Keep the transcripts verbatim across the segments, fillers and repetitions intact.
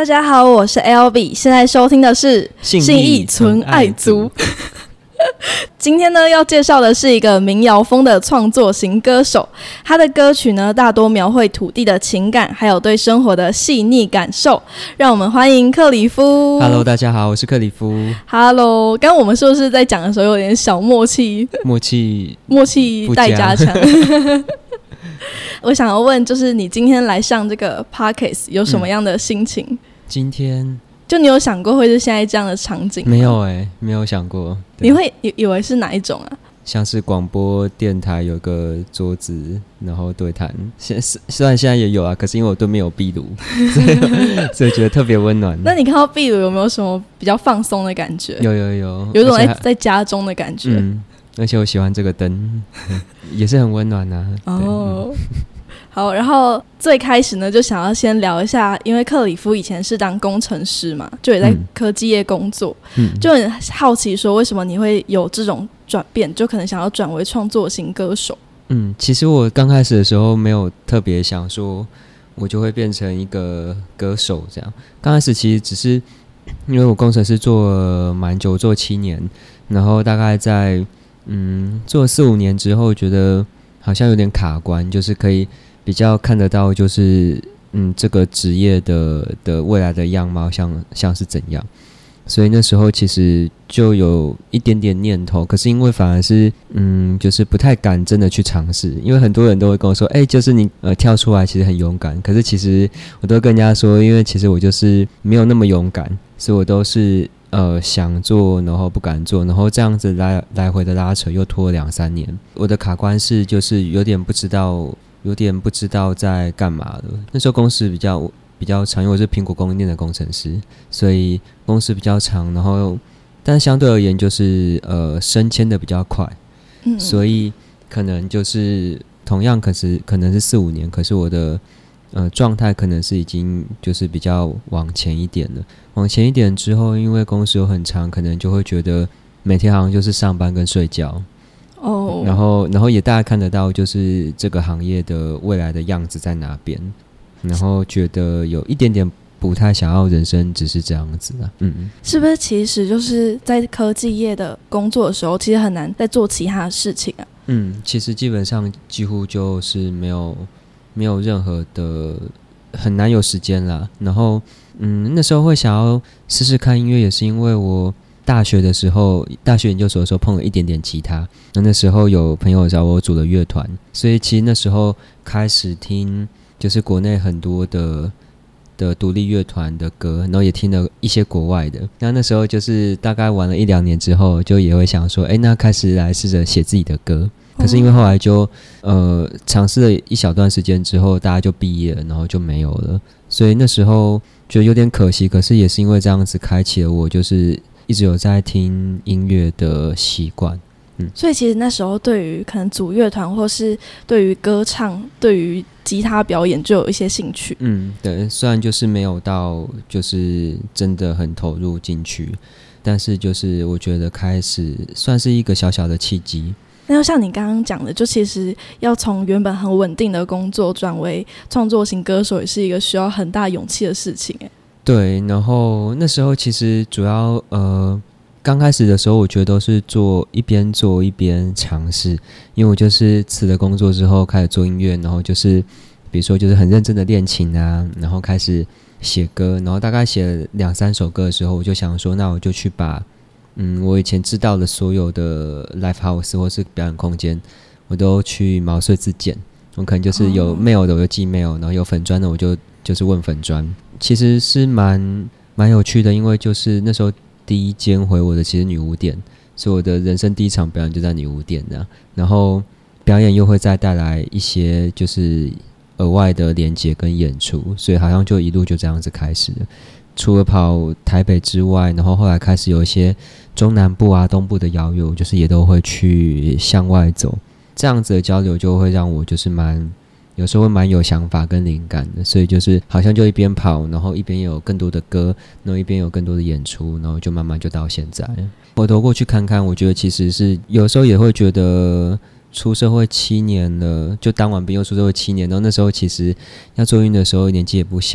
大家好，我是 L B， 现在收听的是信义纯爱族。 今天呢，要介绍的是一个民谣风的创作型歌手，他的歌曲呢，大多描绘土地的情感，还有对生活的细腻感受。让我们欢迎克里夫。 Hello， 大家好，我是克里夫。 Hello， 刚刚我们是不是在讲的时候有点小默契？ 默契， 默契待加强。我想要问，就是你今天来上这个 Podcast 有什么样的心情？嗯、 今天就你有想过会是现在这样的场景吗？ 没有哎、欸，没有想过。 你会以为是哪一种啊？ 像是广播电台有个桌子，然后对谈。现虽然现在也有啊，可是因为我对面有壁炉，所以所以觉得特别温暖。 那你看到壁炉有没有什么比较放松的感觉？ 有有有， 有一种在在家中的感觉。 嗯，而且我喜欢这个灯，也是很温暖啊。 哦。嗯好，然后最开始呢，就想要先聊一下，因为克里夫以前是当工程师嘛，就也在科技业工作，嗯、就很好奇说，为什么你会有这种转变，就可能想要转为创作型歌手？嗯， 其实我刚开始的时候没有特别想说，我就会变成一个歌手这样。刚开始其实只是因为我工程师做了蛮久，做七年，然后大概在嗯做了四五年之后，觉得好像有点卡关，就是可以比较看得到，就是嗯，这个职业的的未来的样貌像像是怎样，所以那时候其实就有一点点念头，可是因为反而是嗯，就是不太敢真的去尝试，因为很多人都会跟我说，哎、欸，就是你呃跳出来其实很勇敢，可是其实我都跟人家说，因为其实我就是没有那么勇敢，所以我都是呃想做，然后不敢做，然后这样子来来回的拉扯，又拖了两三年。我的卡关是就是有点不知道。有点不知道在干嘛了。那时候公司比较比较长，因为我是苹果供应链的工程师，所以公司比较长，然后但相对而言就是呃升迁的比较快，嗯，所以可能就是同样可是可能是四五年，可是我的呃状态可能是已经就是比较往前一点了。往前一点之后，因为公司有很长，可能就会觉得每天好像就是上班跟睡觉。Oh. 然后，然后也大家看得到，就是这个行业的未来的样子在哪边，然后觉得有一点点不太想要人生只是这样子啊。嗯， 是不是其实就是在科技业的工作的时候，其实很难再做其他的事情啊？ 嗯，其实基本上几乎就是没有没有任何的很难有时间啦。然后，嗯，那时候会想要试试看音乐，也是因为我大学的时候，大学研究所的时候碰了一点点吉他，那那时候有朋友找我组了乐团，所以其实那时候开始听就是国内很多的的独立乐团的歌，然后也听了一些国外的。那那时候就是大概玩了一两年之后，就也会想说，哎，那开始来试着写自己的歌。可是因为后来就呃尝试了一小段时间之后，大家就毕业了，然后就没有了，所以那时候觉得有点可惜。可是也是因为这样子开启了我就是一直有在听音乐的习惯，嗯， 所以其实那时候对于可能组乐团或是对于歌唱、对于吉他表演就有一些兴趣， 嗯，对，虽然就是没有到就是真的很投入进去，但是就是我觉得开始算是一个小小的契机。 那就像你刚刚讲的，就其实要从原本很稳定的工作转为创作型歌手，也是一个需要很大勇气的事情，哎。 对，然后那时候其实主要呃刚开始的时候，我觉得都是做一边做一边尝试，因为我就是辞了工作之后开始做音乐，然后就是比如说就是很认真的练琴啊，然后开始写歌，然后大概写了两三首歌的时候，我就想说，那我就去把嗯我以前知道的所有的 live house 或是表演空间，我都去毛遂自荐。我可能就是有 mail 的我就寄 mail， 然后有粉专的我就就是问粉专。其实是蛮蛮有趣的，因为就是那时候第一间回我的其实女巫店，所以我的人生第一场表演就在女巫店这样，然后表演又会再带来一些就是额外的连结跟演出，所以好像就一路就这样子开始了。除了跑台北之外，然后后来开始有一些中南部啊东部的邀约，就是也都会去向外走，这样子的交流就会让我就是蛮有时候会蛮有想法跟灵感的，所以就是好像就一边跑，然后一边有更多的歌，然后一边有更多的演出，然后就慢慢就到现在。回头过去看看，我觉得其实是有时候也会觉得出社会七年了，就当完兵又出社会七年，然后那时候其实要做音乐的时候年纪也不小，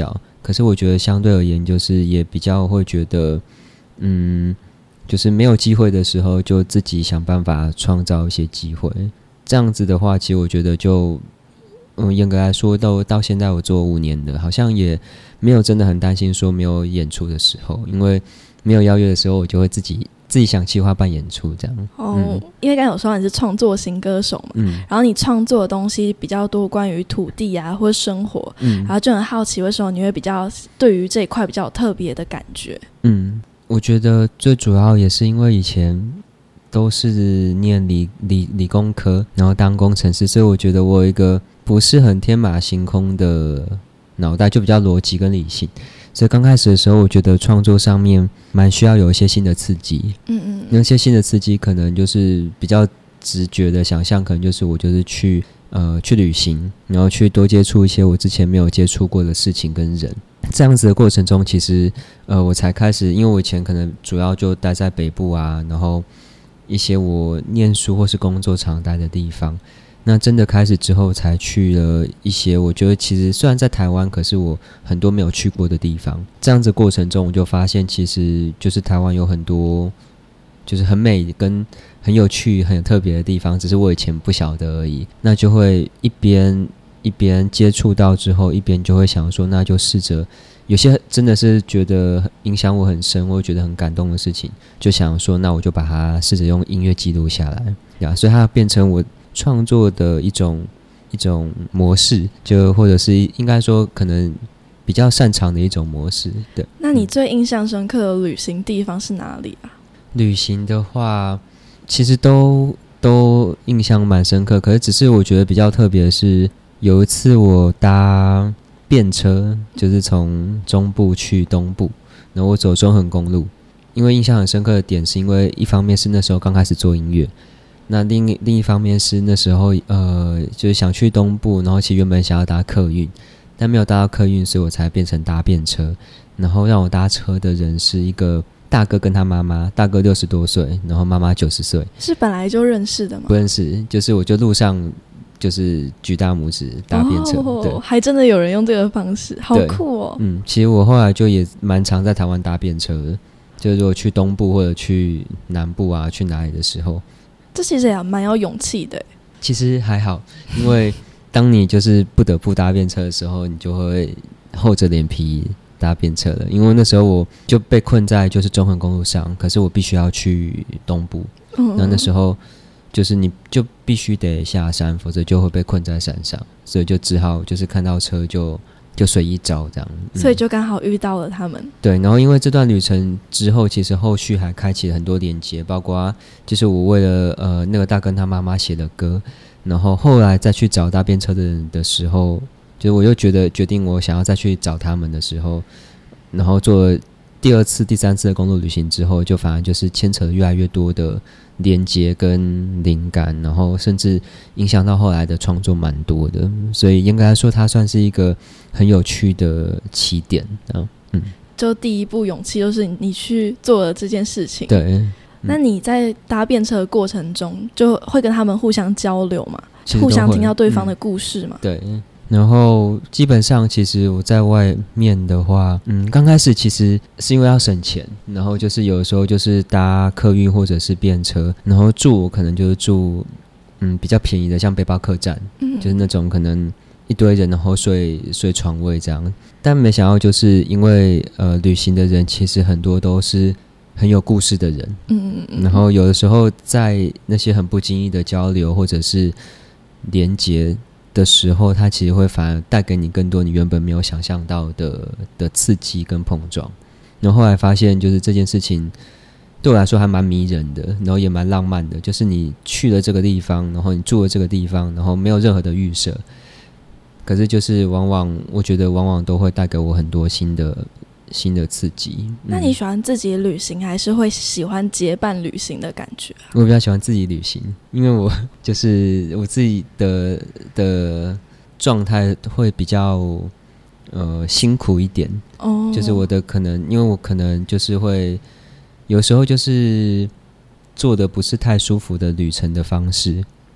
可是我觉得相对而言，就是也比较会觉得，嗯，就是没有机会的时候，就自己想办法创造一些机会。这样子的话，其实我觉得就，嗯，严格来说，到到现在我做五年的，好像也没有真的很担心说没有演出的时候，因为没有邀约的时候，我就会自己。自己想企划办演出这样哦、嗯，因为刚才有说你是创作型歌手嘛，嗯，然后你创作的东西比较多关于土地啊或者生活，嗯，然后就很好奇为什么你会比较对于这一块比较有特别的感觉？ 嗯，我觉得最主要也是因为以前都是念理理理工科，然后当工程师，所以我觉得我有一个不是很天马行空的脑袋，就比较逻辑跟理性。所以刚开始的时候，我觉得创作上面蛮需要有一些新的刺激，嗯嗯，那些新的刺激可能就是比较直觉的想象，可能就是我就是去呃去旅行，然后去多接触一些我之前没有接触过的事情跟人。这样子的过程中，其实呃我才开始，因为我以前可能主要就待在北部啊，然后一些我念书或是工作常待的地方。那真的开始之后，才去了一些我觉得其实虽然在台湾，可是我很多没有去过的地方。这样子过程中，我就发现其实就是台湾有很多就是很美跟很有趣、很有特别的地方，只是我以前不晓得而已。那就会一边一边接触到之后，一边就会想说，那就试着有些真的是觉得影响我很深，我觉得很感动的事情，就想说，那我就把它试着用音乐记录下来呀，所以它变成我创作的一种一种模式，就或者是应该说可能比较擅长的一种模式。对， 那你最印象深刻的旅行地方是哪里啊？ 旅行的话，其实都都印象蛮深刻，可是只是我觉得比较特别的是，有一次我搭便车，就是从中部去东部，然后我走中横公路。因为印象很深刻的点，是因为一方面是那时候刚开始做音乐。那另一另一方面是那时候呃，就是想去东部，然后其实原本想要搭客运，但没有搭到客运，所以我才变成搭便车。然后让我搭车的人是一个大哥跟他妈妈，大哥六十多岁，然后妈妈九十岁。 是本来就认识的吗？ 不认识，就是我就路上就是举大拇指搭便车， 哦， 对， 还真的有人用这个方式，好酷哦。 嗯，其实我后来就也蛮常在台湾搭便车的，就是如果去东部或者去南部啊，去哪里的时候。 这其实也蛮有勇气的。 其实还好，因为当你就是不得不搭便车的时候，你就会厚着脸皮搭便车了。因为那时候我就被困在就是中横公路上，可是我必须要去东部，嗯、那那时候就是你就必须得下山，否则就会被困在山上，所以就只好就是看到车就就随意找这样、 嗯、所以就刚好遇到了他们。 对，然后因为这段旅程之后，其实后续还开启了很多连结，包括就是我为了呃那个大哥他妈妈写的歌，然后后来再去找搭便车的人的时候，就是我又觉得决定我想要再去找他们的时候，然后做了第二次第三次的公路旅行之后，就反而就是牵扯了越来越多的连接跟灵感，然后甚至影响到后来的创作蛮多的，所以应该来说它算是一个很有趣的起点啊。嗯， 就第一步勇气就是你去做了这件事情。 对、嗯、 那你在搭便车的过程中就会跟他们互相交流嘛，互相听到对方的故事嘛、嗯、 对。然后基本上其实我在外面的话，嗯，刚开始其实是因为要省钱，然后就是有的时候就是搭客运或者是便车，然后住可能就是住嗯比较便宜的，像背包客栈、嗯、就是那种可能一堆人然后睡睡床位这样。但没想到就是因为呃旅行的人其实很多都是很有故事的人，嗯嗯嗯，然后有的时候在那些很不经意的交流或者是连结的时候，它其实会反而带给你更多你原本没有想象到的的刺激跟碰撞。然后后来发现就是这件事情对我来说还蛮迷人的，然后也蛮浪漫的，就是你去了这个地方，然后你住了这个地方，然后没有任何的预设，可是就是往往我觉得往往都会带给我很多新的新的刺激、嗯、 那你喜欢自己旅行还是会喜欢结伴旅行的感觉、啊、 我比较喜欢自己旅行，因为我就是我自己的的状态会比较呃辛苦一点、哦、就是我的可能因为我可能就是会有时候就是做的不是太舒服的旅程的方式，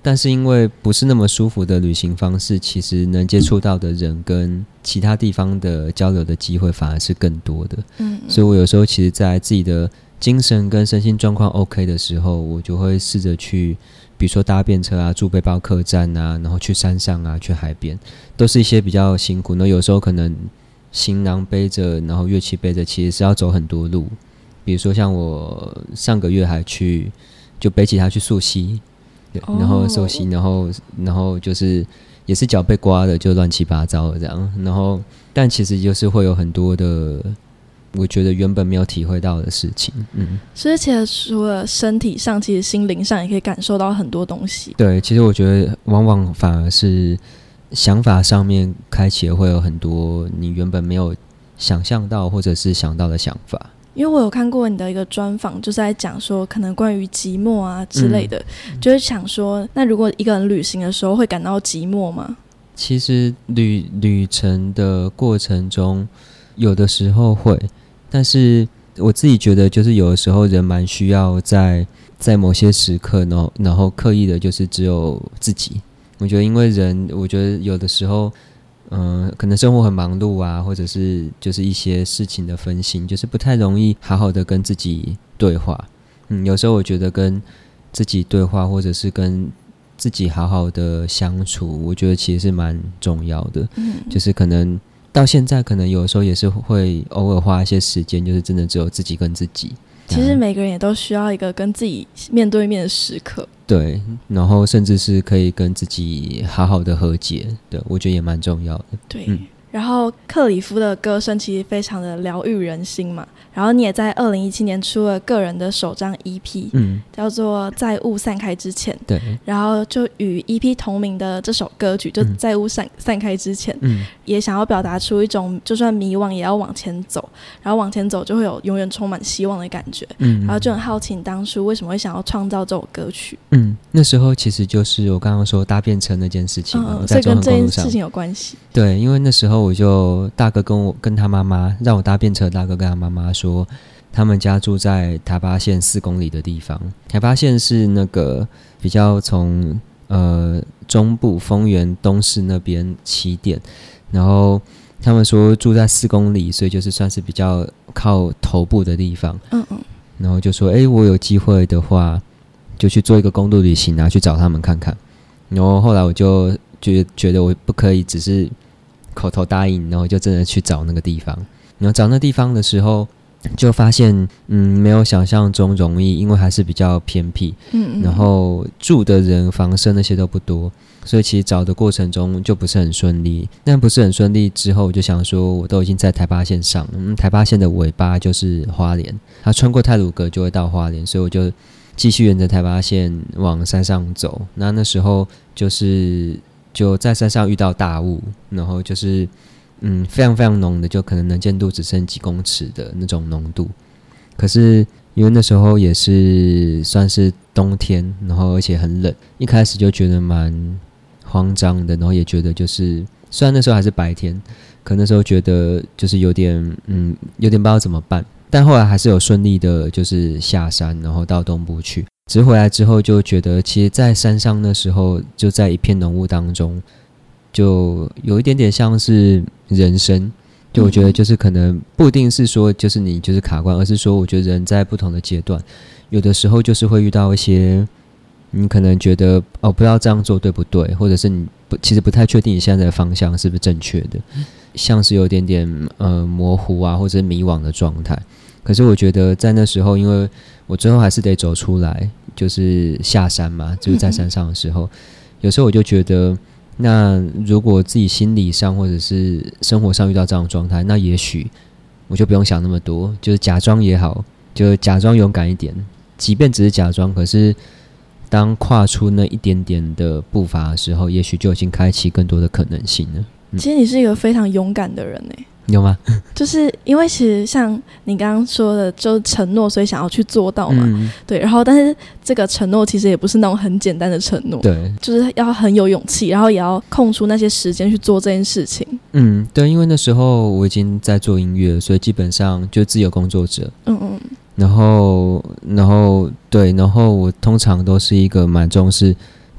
但是因为不是那么舒服的旅行方式，其实能接触到的人跟其他地方的交流的机会反而是更多的。嗯，所以我有时候其实在自己的精神跟身心状况 OK 的时候，我就会试着去比如说搭便车啊，住背包客栈啊，然后去山上啊，去海边，都是一些比较辛苦，那有时候可能行囊背着，然后乐器背着，其实是要走很多路。比如说像我上个月还去就背吉他去溯溪，对，然后溯溪，然后然后就是也是脚被刮的，就乱七八糟的这样。然后但其实就是会有很多的，我觉得原本没有体会到的事情。嗯， 所以其实除了身体上，其实心灵上也可以感受到很多东西。 对，其实我觉得往往反而是想法上面开启了会有很多你原本没有想象到或者是想到的想法。 因为我有看过你的一个专访，就是在讲说可能关于寂寞啊之类的，嗯、就是想说那如果一个人旅行的时候会感到寂寞吗？ 其实旅旅程的过程中有的时候会，但是我自己觉得就是有的时候人蛮需要在在某些时刻，然后然后刻意的就是只有自己。我觉得因为人我觉得有的时候嗯、呃，可能生活很忙碌啊，或者是就是一些事情的分心，就是不太容易好好的跟自己对话。嗯，有时候我觉得跟自己对话，或者是跟自己好好的相处，我觉得其实是蛮重要的。嗯，就是可能到现在，可能有时候也是会偶尔花一些时间，就是真的只有自己跟自己。 其实每个人也都需要一个跟自己面对面的时刻。 对，然后甚至是可以跟自己好好的和解，对，我觉得也蛮重要的。 对，嗯，然后克里夫的歌声其实非常的疗愈人心嘛，然后你也在二零一七年出了个人的首张 E P，嗯，叫做在雾散开之前， 对， 然后就与 E P 同名的这首歌曲就在雾散散开之前，嗯，也想要表达出一种就算迷惘也要往前走，然后往前走就会有永远充满希望的感觉，嗯，然后就很好奇你当初为什么会想要创造这首歌曲。 嗯，那时候其实就是我刚刚说搭便车那件事情嘛， 嗯，所以跟这件事情有关系。 对，因为那时候我就大哥跟我跟他妈妈让我搭便车，大哥跟他妈妈说他们家住在台八线四公里的地方。台八线是那个比较从呃中部丰原东市那边起点，然后他们说住在四公里，所以就是算是比较靠头部的地方。嗯嗯，然后就说哎，我有机会的话就去做一个公路旅行啊，去找他们看看。然后后来我就就觉得我不可以只是口头答应，然后就真的去找那个地方。然后找那地方的时候就发现嗯，没有想象中容易，因为还是比较偏僻，嗯嗯，然后住的人房舍那些都不多，所以其实找的过程中就不是很顺利。但不是很顺利之后，我就想说我都已经在台八线上，嗯，台八线的尾巴就是花莲，它穿过太鲁阁就会到花莲，所以我就继续沿着台八线往山上走。那那时候就是就在山上遇到大雾，然后就是嗯非常非常浓的，就可能能见度只剩几公尺的那种浓度。可是因为那时候也是算是冬天，然后而且很冷，一开始就觉得蛮慌张的，然后也觉得就是虽然那时候还是白天，可那时候觉得就是有点嗯有点不知道怎么办。但后来还是有顺利的就是下山，然后到东部去。只是回来之后就觉得其实在山上那时候就在一片浓雾当中，就有一点点像是人生。就我觉得就是可能不一定是说就是你就是卡关，而是说我觉得人在不同的阶段，有的时候就是会遇到一些你可能觉得哦不知道这样做对不对，或者是你不其实不太确定你现在的方向是不是正确的，像是有点点呃模糊啊或者是迷惘的状态。可是我觉得在那时候，因为我最后还是得走出来，就是下山嘛，就是在山上的时候，有时候我就觉得那如果自己心理上或者是生活上遇到这样的状态，那也许我就不用想那么多，就是假装也好，就假装勇敢一点，即便只是假装，可是当跨出那一点点的步伐的时候，也许就已经开启更多的可能性了。 嗯、其实你是一个非常勇敢的人耶。 有吗？ 就是因为其实像你刚刚说的，就承诺，所以想要去做到嘛。嗯、对，然后但是这个承诺其实也不是那种很简单的承诺，对，就是要很有勇气，然后也要空出那些时间去做这件事情。 嗯，对，因为那时候我已经在做音乐，所以基本上就自由工作者。嗯嗯。然后，然后对，然后我通常都是一个蛮重视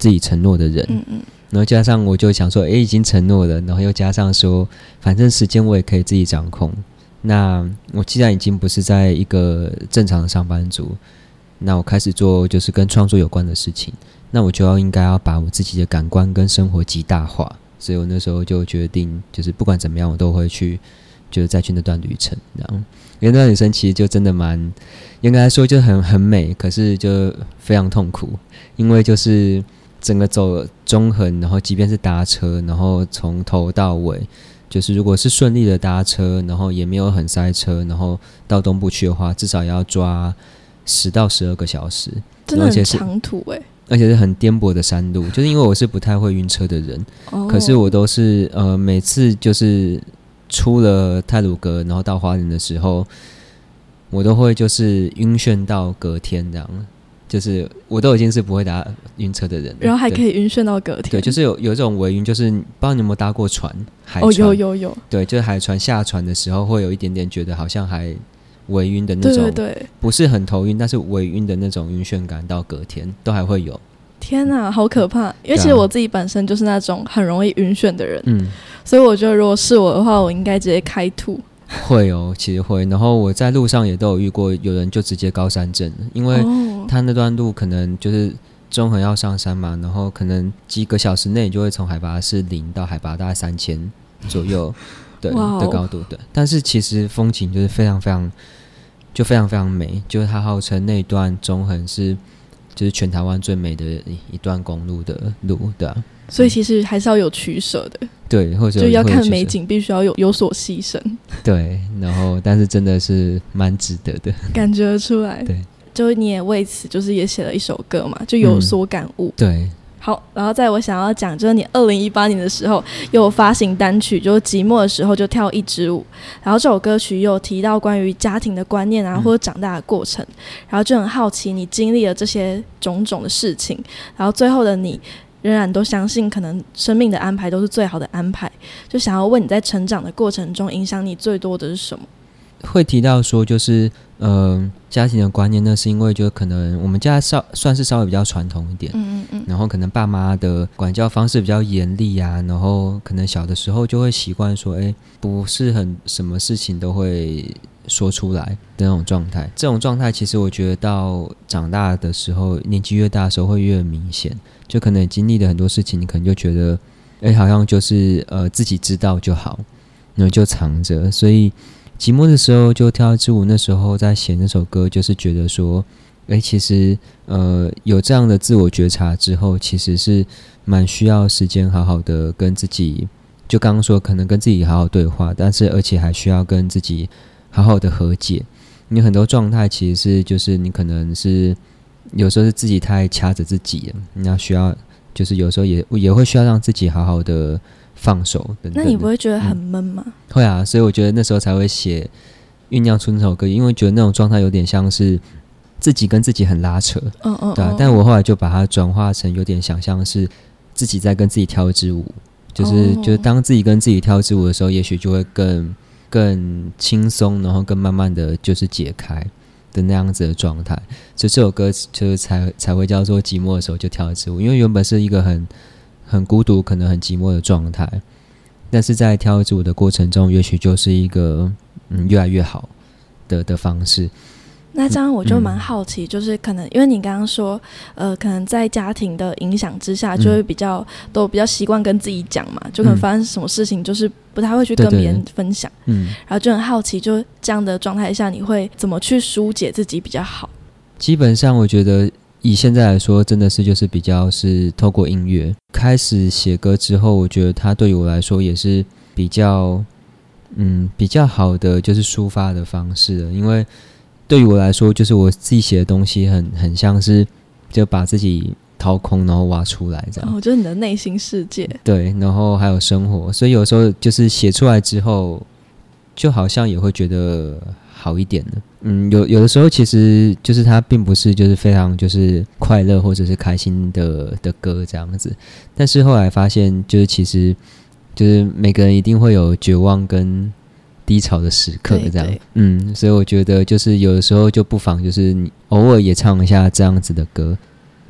自己承诺的人，嗯嗯，然后加上我就想说，哎，已经承诺了，然后又加上说，反正时间我也可以自己掌控。那我既然已经不是在一个正常的上班族，那我开始做就是跟创作有关的事情，那我就要应该要把我自己的感官跟生活极大化。所以我那时候就决定，就是不管怎么样，我都会去，就是再去那段旅程，这样。因为那段旅程其实就真的蛮，应该来说就很很美，可是就非常痛苦，因为就是整个走中横，然后即便是搭车，然后从头到尾，就是如果是顺利的搭车，然后也没有很塞车，然后到东部去的话，至少也要抓十到十二个小时， 真的很长途哎、欸。 而且是很颠簸的山路，就是因为我是不太会晕车的人，哦、可是我都是呃每次就是出了太鲁阁，然后到花莲的时候，我都会就是晕眩到隔天这样，就是我都已经是不会搭晕车的人， 然后还可以晕眩到隔天。 对，就是有有这种微晕，就是不知道你有没有搭过船，海船， 哦，有有有， 对，就是海船下船的时候会有一点点觉得好像还微晕的那种， 对对对， 不是很头晕，但是微晕的那种晕眩感，到隔天都还会有。 天哪，好可怕！因为其实我自己本身就是那种很容易晕眩的人，嗯，所以我觉得如果是我的话，我应该直接开吐。 会哦，其实会。然后我在路上也都有遇过有人就直接高山症，因为他那段路可能就是中横要上山嘛，然后可能几个小时内就会从海拔是零到海拔大概三千左右对的高度，对。但是其实风景就是非常非常就非常非常美，就是它号称那段中横是就是全台湾最美的一段公路的路，对啊。 所以其实还是要有取舍的， 对，或者就要看美景，必须要有有所牺牲。 对，然后但是真的是蛮值得的，感觉出来。 对， 就你也为此就是也写了一首歌嘛，就有所感悟。 嗯、对。 好，然后在我想要讲，就是你二零一八年的时候有发行单曲，就是寂寞的时候就跳一支舞，然后这首歌曲有提到关于家庭的观念啊，或者长大的过程，然后就很好奇你经历了这些种种的事情，然后最后的你仍然都相信可能生命的安排都是最好的安排，就想要问你在成长的过程中影响你最多的是什么？ 会提到说就是呃家庭的观念呢，是因为就可能我们家稍算是稍微比较传统一点，嗯嗯嗯，然后可能爸妈的管教方式比较严厉啊，然后可能小的时候就会习惯说，哎，不是很什么事情都会说出来的那种状态。这种状态其实我觉得到长大的时候，年纪越大的时候会越明显，就可能经历了很多事情，你可能就觉得，哎，好像就是呃自己知道就好，然后就藏着，所以。寂寞的时候就跳一支舞，那时候在写那首歌，就是觉得说，哎，其实呃有这样的自我觉察之后，其实是蛮需要时间好好的跟自己，就刚刚说可能跟自己好好对话，但是而且还需要跟自己好好的和解。你很多状态其实是就是你可能是有时候是自己太掐着自己了，你要需要就是有时候也也会需要让自己好好的。放手等等， 那你不会觉得很闷吗、嗯？ 会啊，所以我觉得那时候才会写酝酿出那首歌，因为觉得那种状态有点像是自己跟自己很拉扯，嗯嗯，对啊。但我后来就把它转化成有点想象是自己在跟自己跳一支舞，就是、哦、就是当自己跟自己跳一支舞的时候，也许就会更更轻松，然后更慢慢的就是解开的那样子的状态。所以这首歌就是才才会叫做寂寞的时候就跳一支舞，因为原本是一个很。很孤独可能很寂寞的状态，但是在跳一支舞的过程中也许就是一个嗯越来越好 的, 的方式。 那这样我就蛮好奇、嗯、就是可能因为你刚刚说呃，可能在家庭的影响之下就会比较、嗯、都比较习惯跟自己讲嘛，就可能发生什么事情就是不太会去跟别人分享，嗯，然后就很好奇就这样的状态下你会怎么去疏解自己比较好。 基本上我觉得以现在来说真的是就是比较是透过音乐开始写歌之后，我觉得它对于我来说也是比较嗯比较好的就是抒发的方式了。因为对于我来说就是我自己写的东西很很像是就把自己掏空然后挖出来这样， 哦，就是你的内心世界， 对，然后还有生活，所以有时候就是写出来之后就好像也会觉得好一点的。嗯，有有的时候其实就是它并不是就是非常就是快乐或者是开心的的歌这样子，但是后来发现就是其实就是每个人一定会有绝望跟低潮的时刻这样，嗯，所以我觉得就是有的时候就不妨就是你偶尔也唱一下这样子的歌，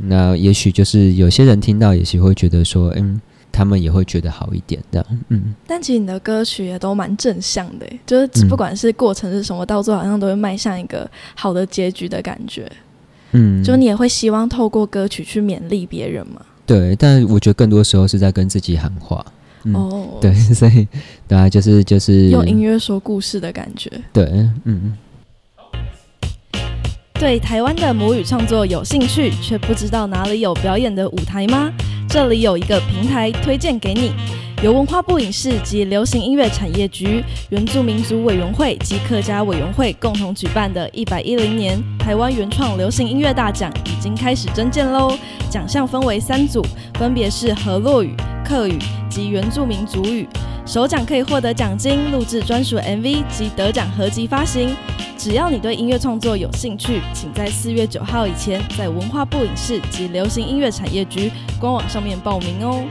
那也许就是有些人听到也许会觉得说嗯他们也会觉得好一点这样。嗯， 但其实你的歌曲也都蛮正向的，就是不管是过程是什么，到最后好像都会迈向一个好的结局的感觉。嗯，就你也会希望透过歌曲去勉励别人嘛？对， 但我觉得更多时候是在跟自己喊话。嗯、哦，对，所以对啊，就是就是用音乐说故事的感觉。 对，嗯。 对台湾的母语创作有兴趣，却不知道哪里有表演的舞台吗？这里有一个平台推荐给你，由文化部影视及流行音乐产业局、原住民族委员会及客家委员会共同举办的一百一十年台湾原创流行音乐大奖已经开始征件喽。奖项分为三组，分别是河洛语、客语及原住民族语。首奖可以获得奖金、录制专属 M V 及得奖合集发行。只要你对音乐创作有兴趣，请在四月九号以前在文化部影视及流行音乐产业局官网上面报名哦。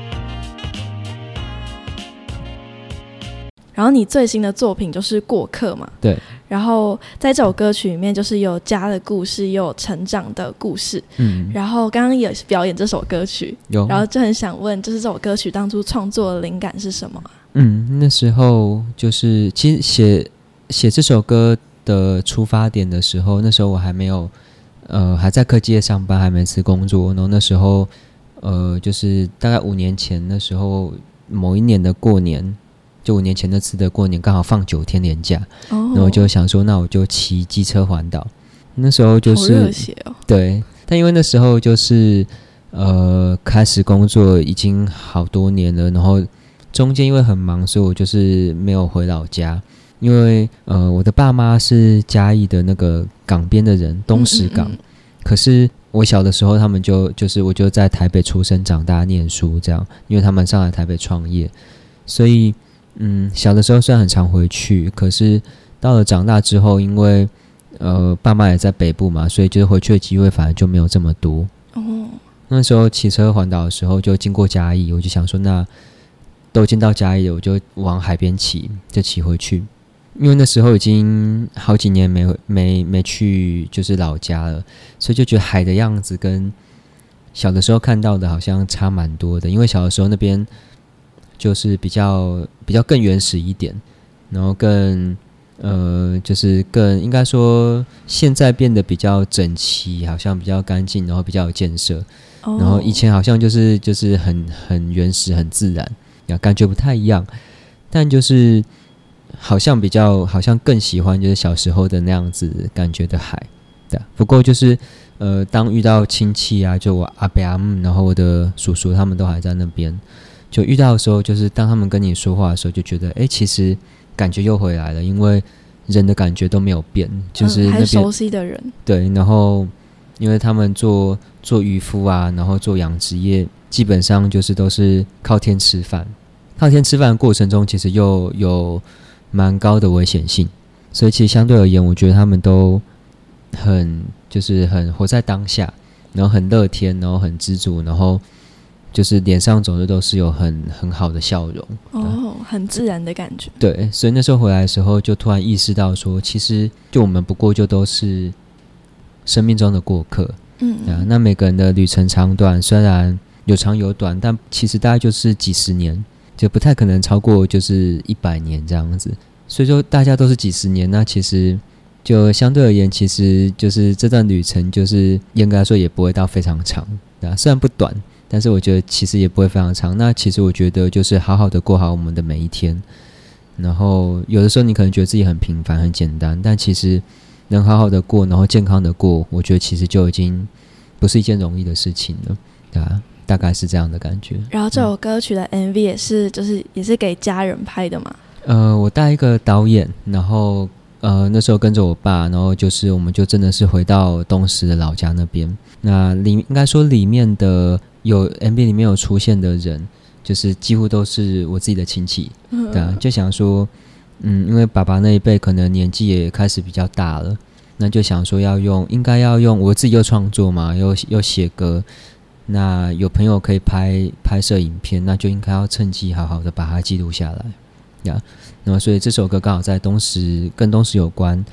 然后你最新的作品就是《过客》嘛？ 对。 然后在这首歌曲里面，就是有家的故事，也有成长的故事。嗯。然后刚刚也是表演这首歌曲，有。然后就很想问，就是这首歌曲当初创作的灵感是什么？ 嗯，那时候就是其实写写这首歌的出发点的时候，那时候我还没有呃还在科技业上班，还没辞工作。然后那时候呃就是大概五年前，那时候某一年的过年，就五年前那次的过年刚好放九天连假，哦、然后我就想说，那我就骑机车环岛。那时候就是好热血哦， 对，但因为那时候就是呃开始工作已经好多年了，然后中间因为很忙，所以我就是没有回老家。因为呃我的爸妈是嘉义的那个港边的人，东石港。嗯嗯嗯，可是我小的时候他们就就是我就在台北出生长大念书这样，因为他们上来台北创业，所以嗯小的时候虽然很常回去，可是到了长大之后，因为呃爸妈也在北部嘛，所以就是回去的机会反而就没有这么多。哦，那时候骑车环岛的时候就经过嘉义，我就想说那都已经到嘉义了，我就往海边骑，就骑回去。因为那时候已经好几年没没没去就是老家了，所以就觉得海的样子跟小的时候看到的好像差蛮多的。因为小的时候那边就是比较比较更原始一点，然后更呃就是更应该说现在变得比较整齐，好像比较干净，然后比较有建设。Oh. 然后以前好像就是就是很很原始很自然，感觉不太一样，但就是好像比较好像更喜欢就是小时候的那样子感觉的海。对，不过就是呃当遇到亲戚啊，就我阿伯阿姆，然后我的叔叔他们都还在那边，就遇到的时候，就是当他们跟你说话的时候，就觉得哎、欸，其实感觉又回来了，因为人的感觉都没有变，就是那边、嗯、还熟悉的人。 对，然后因为他们做做渔夫啊，然后做养殖业，基本上就是都是靠天吃饭，靠天吃饭的过程中，其实又有蛮高的危险性，所以其实相对而言，我觉得他们都很就是很活在当下，然后很乐天，然后很知足，然后就是脸上总是都是有很很好的笑容。 哦，很自然的感觉。 对，所以那时候回来的时候，就突然意识到说，其实就我们不过就都是生命中的过客。嗯, 嗯、啊，那每个人的旅程长短虽然有长有短，但其实大概就是几十年，就不太可能超过就是一百年这样子。所以说大家都是几十年，那其实就相对而言，其实就是这段旅程就是严格来说也不会到非常长，对啊，虽然不短，但是我觉得其实也不会非常长。那其实我觉得就是好好的过好我们的每一天，然后有的时候你可能觉得自己很平凡很简单，但其实能好好的过，然后健康的过，我觉得其实就已经不是一件容易的事情了，对啊，大概是这样的感觉。 然后这首歌曲的 M V 也是就是也是给家人拍的嘛？ 呃，我带一个导演，然后呃那时候跟着我爸，然后就是我们就真的是回到东石的老家那边。那里应该说里面的有 M V 里面有出现的人，就是几乎都是我自己的亲戚，嗯、对啊，就想说，嗯，因为爸爸那一辈可能年纪也开始比较大了，那就想说要用，应该要用我自己又创作嘛，又又写歌，那有朋友可以拍拍摄影片，那就应该要趁机好好的把它记录下来。呀，那么所以这首歌刚好在东石跟东石有关，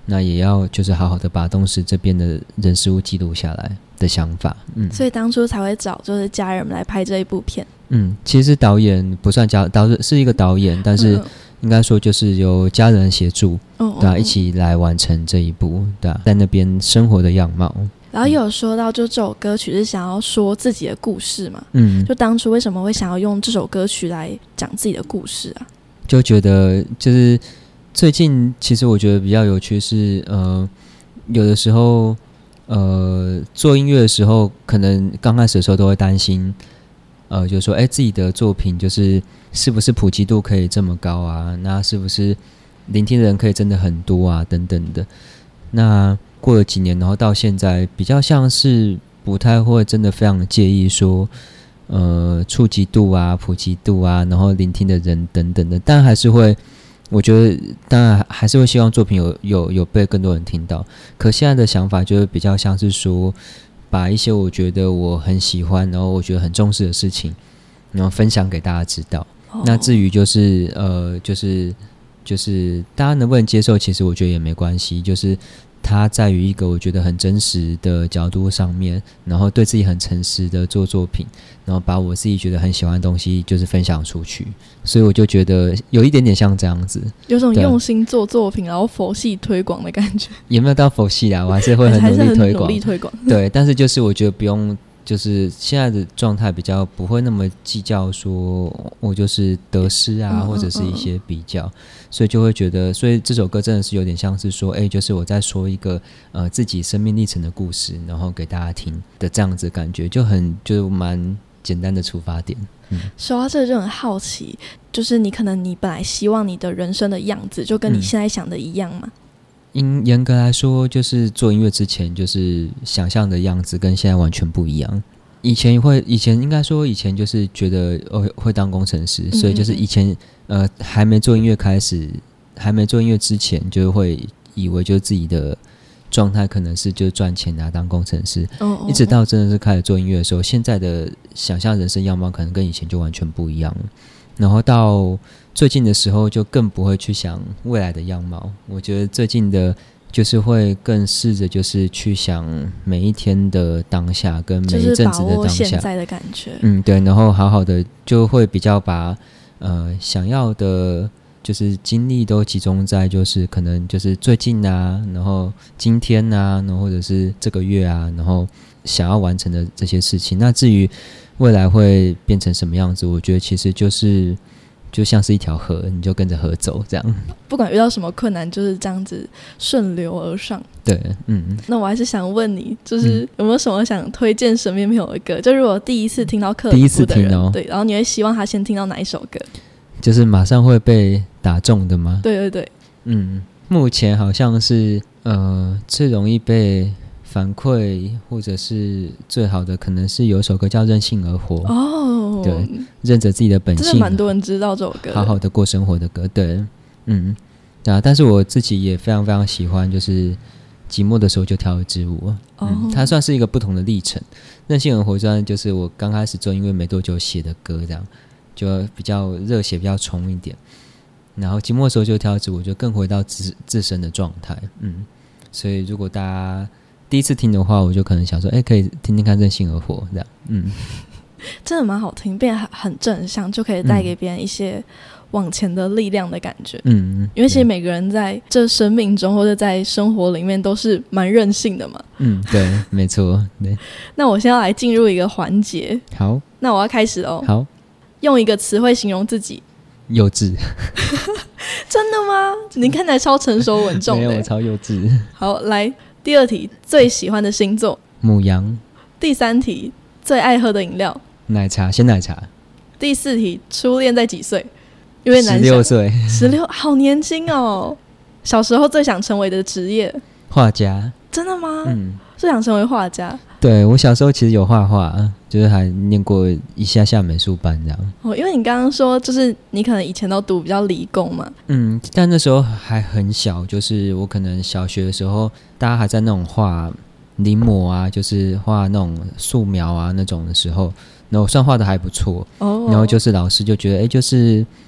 那也要就是好好的把东石这边的人事物记录下来的想法。嗯， 所以当初才会找就是家人们来拍这一部片。 嗯，其实导演不算家导是一个导演，但是应该说就是由家人协助，嗯、对啊，一起来完成这一部，对啊，在那边生活的样貌。 然后也有说到，就这首歌曲是想要说自己的故事嘛， 嗯， 就当初为什么会想要用这首歌曲来讲自己的故事啊？ 就觉得就是最近其实我觉得比较有趣是，呃，有的时候呃做音乐的时候，可能刚开始的时候都会担心，呃，就是说，哎，自己的作品就是是不是普及度可以这么高啊？那是不是聆听的人可以真的很多啊？等等的。那过了几年，然后到现在，比较像是不太会真的非常介意说，呃，触及度啊、普及度啊，然后聆听的人等等的，但还是会，我觉得当然还是会希望作品有有有被更多人听到。可现在的想法就是比较像是说，把一些我觉得我很喜欢，然后我觉得很重视的事情，然后分享给大家知道。Oh. 那至于就是呃，就是就是大家能不能接受，其实我觉得也没关系，就是它在于一个我觉得很真实的角度上面，然后对自己很诚实的做作品，然后把我自己觉得很喜欢的东西就是分享出去，所以我就觉得有一点点像这样子， 有种用心做作品然后佛系推广的感觉。 也没有到佛系啦，我还是会很努力推广， 努力推广对，但是就是我觉得不用，就是现在的状态比较不会那么计较说我就是得失啊，或者是一些比较，所以就会觉得，所以这首歌真的是有点像是说，哎，就是我在说一个呃自己生命历程的故事，然后给大家听的这样子的感觉，就很就蛮简单的出发点。嗯， 说到这就很好奇，就是你可能你本来希望你的人生的样子就跟你现在想的一样吗？ 应严格来说，就是做音乐之前，就是想象的样子跟现在完全不一样。以前会，以前应该说，以前就是觉得哦会当工程师，所以就是以前呃还没做音乐开始，还没做音乐之前，就会以为就自己的状态可能是就赚钱啊，当工程师。哦哦哦，一直到真的是开始做音乐的时候，现在的想象人生样貌可能跟以前就完全不一样了。然后到最近的时候就更不会去想未来的样貌，我觉得最近的就是会更试着就是去想每一天的当下跟每一阵子的当下，就是把握现在的感觉。 嗯，对，然后好好的就会比较把呃想要的就是精力都集中在就是可能就是最近啊，然后今天啊，然后或者是这个月啊，然后想要完成的这些事情。那至于未来会变成什么样子，我觉得其实就是就像是一条河，你就跟着河走这样， 不管遇到什么困难就是这样子顺流而上。 对，嗯。 那我还是想问你，就是有没有什么想推荐身边朋友的歌，就如果第一次听到克里夫的人，第一次听哦，对，然后你会希望他先听到哪一首歌， 就是马上会被打中的吗？ 对对对， 嗯，目前好像是呃最容易被反馈或者是最好的可能是有一首歌叫任性而活哦，对，认着自己的本性， 真的蛮多人知道这首歌， 好好的过生活的歌，对，嗯，对啊，但是我自己也非常非常喜欢就是寂寞的时候就跳一支舞，嗯，哦，它算是一个不同的历程。任性而活虽然就是我刚开始做音乐没多久写的歌，这样就比较热血比较冲一点，然后寂寞的时候就跳一支舞，就更回到自自身的状态，嗯，所以如果大家第一次听的话，我就可能想说，哎，可以听听看任性而活这样，嗯， 真的蛮好听，变得很正向，就可以带给别人一些往前的力量的感觉，嗯，因为其实每个人在这生命中或者在生活里面都是蛮任性的嘛，嗯， 对，没错，对。 那我现在要来进入一个环节， 好， 那我要开始哦， 好， 用一个词汇形容自己， 幼稚。 真的吗？你看起来超成熟稳重的， 没有，我超幼稚。 好，来。第二题，最喜欢的星座牡羊。 第三题，最爱喝的饮料奶茶，鲜奶茶。 第四题，初恋在几岁？因为十六岁， 十六，好年轻哦。小时候最想成为的职业？ 画家。 真的吗？嗯，最想成为画家。 对，我小时候其实有画画，就是还念过一下下美术班这样。 哦，因为你刚刚说就是你可能以前都读比较理工嘛。 嗯，但那时候还很小，就是我可能小学的时候，大家还在那种画临摹啊，就是画那种素描啊那种的时候，然后我算画的还不错。哦。然后就是老师就觉得，哎，就是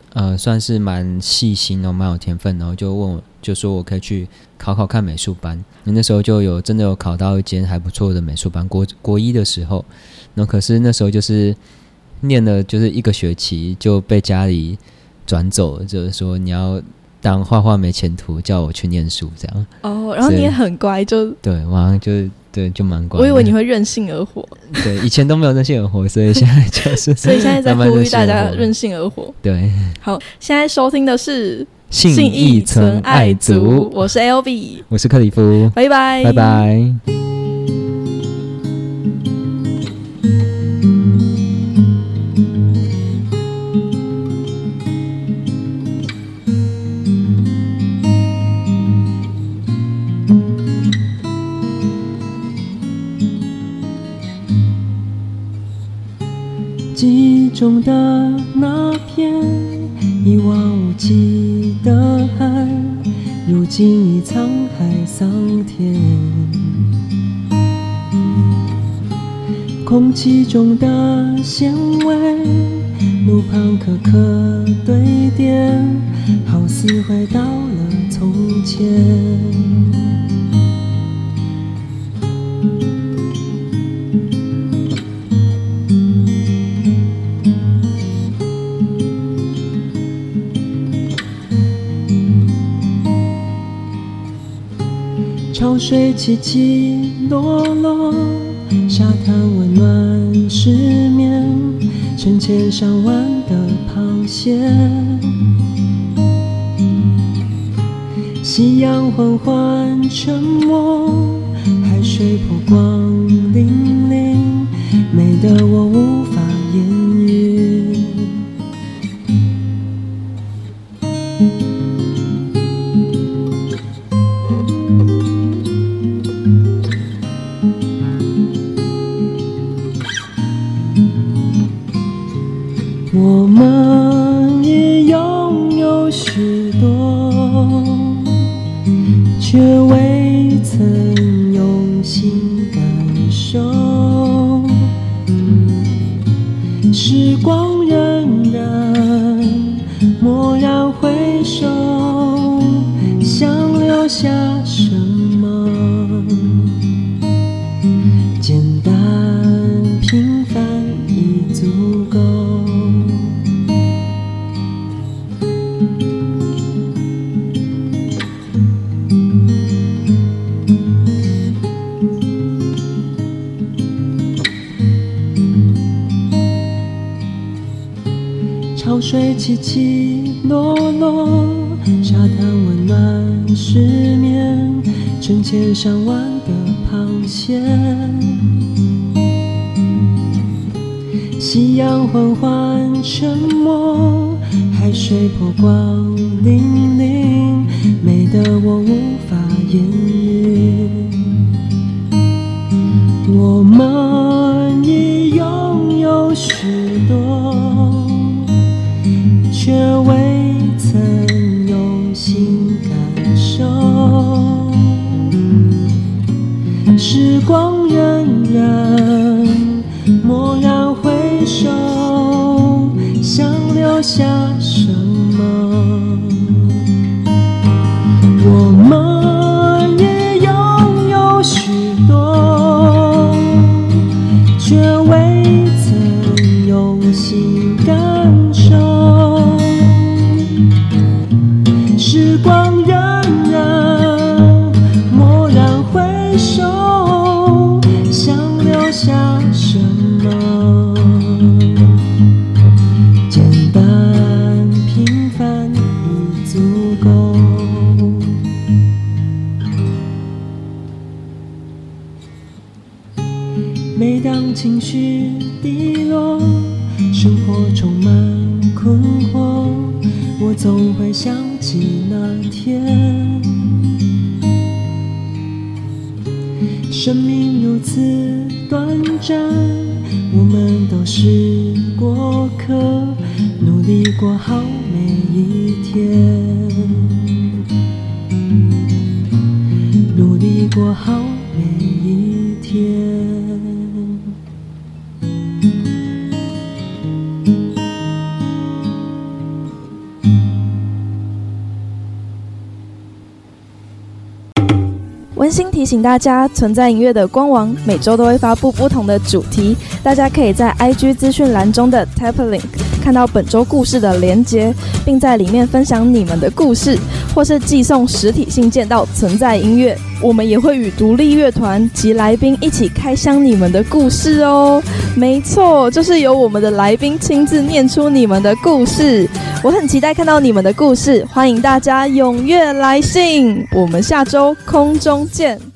呃算是蛮细心哦，蛮有天分，然后就问我，就说我可以去考考看美术班。那时候就有真的有考到一间还不错的美术班，国国一的时候，然后可是那时候就是念了就是一个学期就被家里转走，就是说你要当画画没前途，叫我去念书这样。 哦，然后你也很乖，就对，我好像就对就蛮乖的。 我以为你会任性而活， 对，以前都没有任性而活，所以现在就是所以现在在呼吁大家任性而活。 对， 好，现在收听的是信义存爱族， 我是 L B， 我是克里夫， 拜拜， 拜拜。 记忆中的那片一望无际的海，如今已沧海桑田。空气中的咸味，路旁可可堆叠，好似回到了从前。潮水起起落落，沙滩温暖失眠，成千上万的螃蟹。夕阳缓缓沉没，海水波光粼粼，美得我无法言喻。我们也拥有许多，却未曾用心感受。时光荏苒，蓦然回首，想留下什么？简单平凡已足够。潮水起起落落，沙滩温暖失眠，成千上万的螃蟹。夕阳缓缓沉没，海水波光粼粼，美得我无法言喻。我们已拥有许多，却未曾用心感受。时光荏苒，蓦然回首，想留下什么？我们也拥有许多，却未曾用心感受。时光荏苒，蓦然回首，想留下什么？简单平凡已足够。每当情绪低落，生活充满困惑，我总会想起那天。生命如此短暂，我们都是过客，努力过好每一天，努力过好每一天。 提醒大家，存在音乐的官网每周都会发布不同的主题，大家可以在 I G 资讯栏中的 Tap Link 看到本周故事的连结，并在里面分享你们的故事，或是寄送实体信件到存在音乐。我们也会与独立乐团及来宾一起开箱你们的故事哦。没错，就是由我们的来宾亲自念出你们的故事。我很期待看到你们的故事，欢迎大家踊跃来信。我们下周空中见。